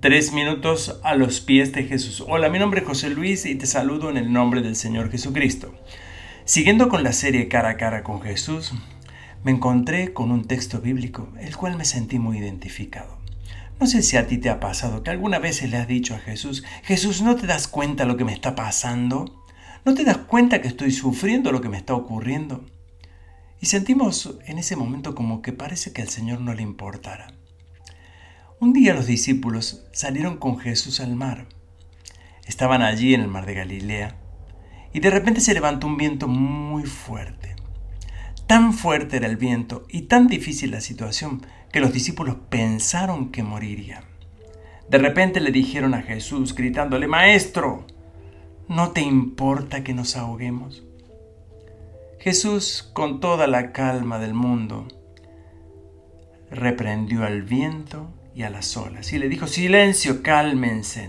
3 minutos a los pies de Jesús. Hola, mi nombre es José Luis y te saludo en el nombre del Señor Jesucristo. Siguiendo con la serie Cara a Cara con Jesús, me encontré con un texto bíblico, el cual me sentí muy identificado. No sé si a ti te ha pasado que alguna vez le has dicho a Jesús, Jesús, ¿no te das cuenta lo que me está pasando? ¿No te das cuenta que estoy sufriendo lo que me está ocurriendo? Y sentimos en ese momento como que parece que al Señor no le importara. Un día los discípulos salieron con Jesús al mar. Estaban allí en el mar de Galilea y de repente se levantó un viento muy fuerte. Tan fuerte era el viento y tan difícil la situación que los discípulos pensaron que morirían. De repente le dijeron a Jesús gritándole, Maestro, ¿no te importa que nos ahoguemos? Jesús, con toda la calma del mundo, reprendió al viento y a las olas y le dijo, silencio, cálmense.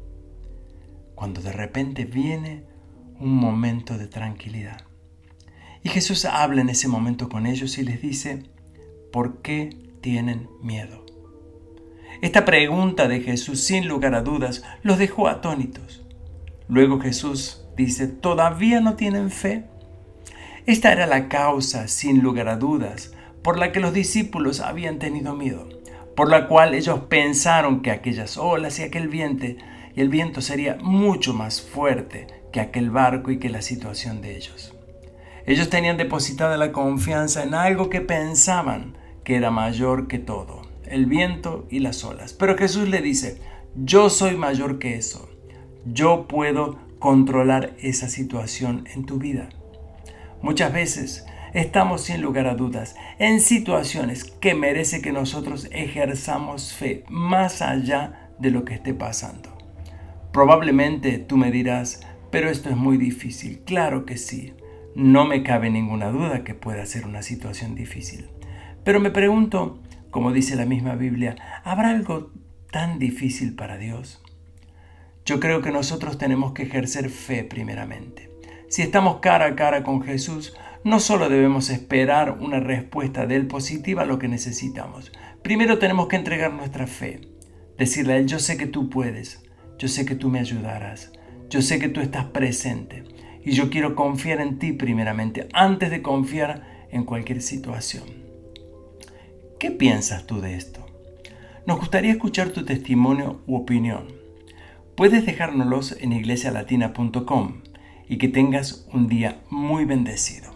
Cuando de repente viene un momento de tranquilidad. Y Jesús habla en ese momento con ellos y les dice, ¿por qué tienen miedo? Esta pregunta de Jesús, sin lugar a dudas, los dejó atónitos. Luego Jesús dice, ¿todavía no tienen fe? Esta era la causa, sin lugar a dudas, por la que los discípulos habían tenido miedo, por la cual ellos pensaron que aquellas olas y aquel viento sería mucho más fuerte que aquel barco y que la situación de ellos. Ellos tenían depositada la confianza en algo que pensaban que era mayor que todo, el viento y las olas. Pero Jesús le dice, yo soy mayor que eso. Yo puedo controlar esa situación en tu vida. Muchas veces estamos sin lugar a dudas en situaciones que merece que nosotros ejerzamos fe más allá de lo que esté pasando. Probablemente tú me dirás, pero esto es muy difícil. Claro que sí, no me cabe ninguna duda que pueda ser una situación difícil. Pero me pregunto, como dice la misma Biblia, ¿habrá algo tan difícil para Dios? Yo creo que nosotros tenemos que ejercer fe primeramente. Si estamos cara a cara con Jesús, no solo debemos esperar una respuesta de Él positiva a lo que necesitamos. Primero tenemos que entregar nuestra fe. Decirle a Él, yo sé que tú puedes, yo sé que tú me ayudarás, yo sé que tú estás presente y yo quiero confiar en ti primeramente, antes de confiar en cualquier situación. ¿Qué piensas tú de esto? Nos gustaría escuchar tu testimonio u opinión. Puedes dejárnoslos en iglesialatina.com y que tengas un día muy bendecido.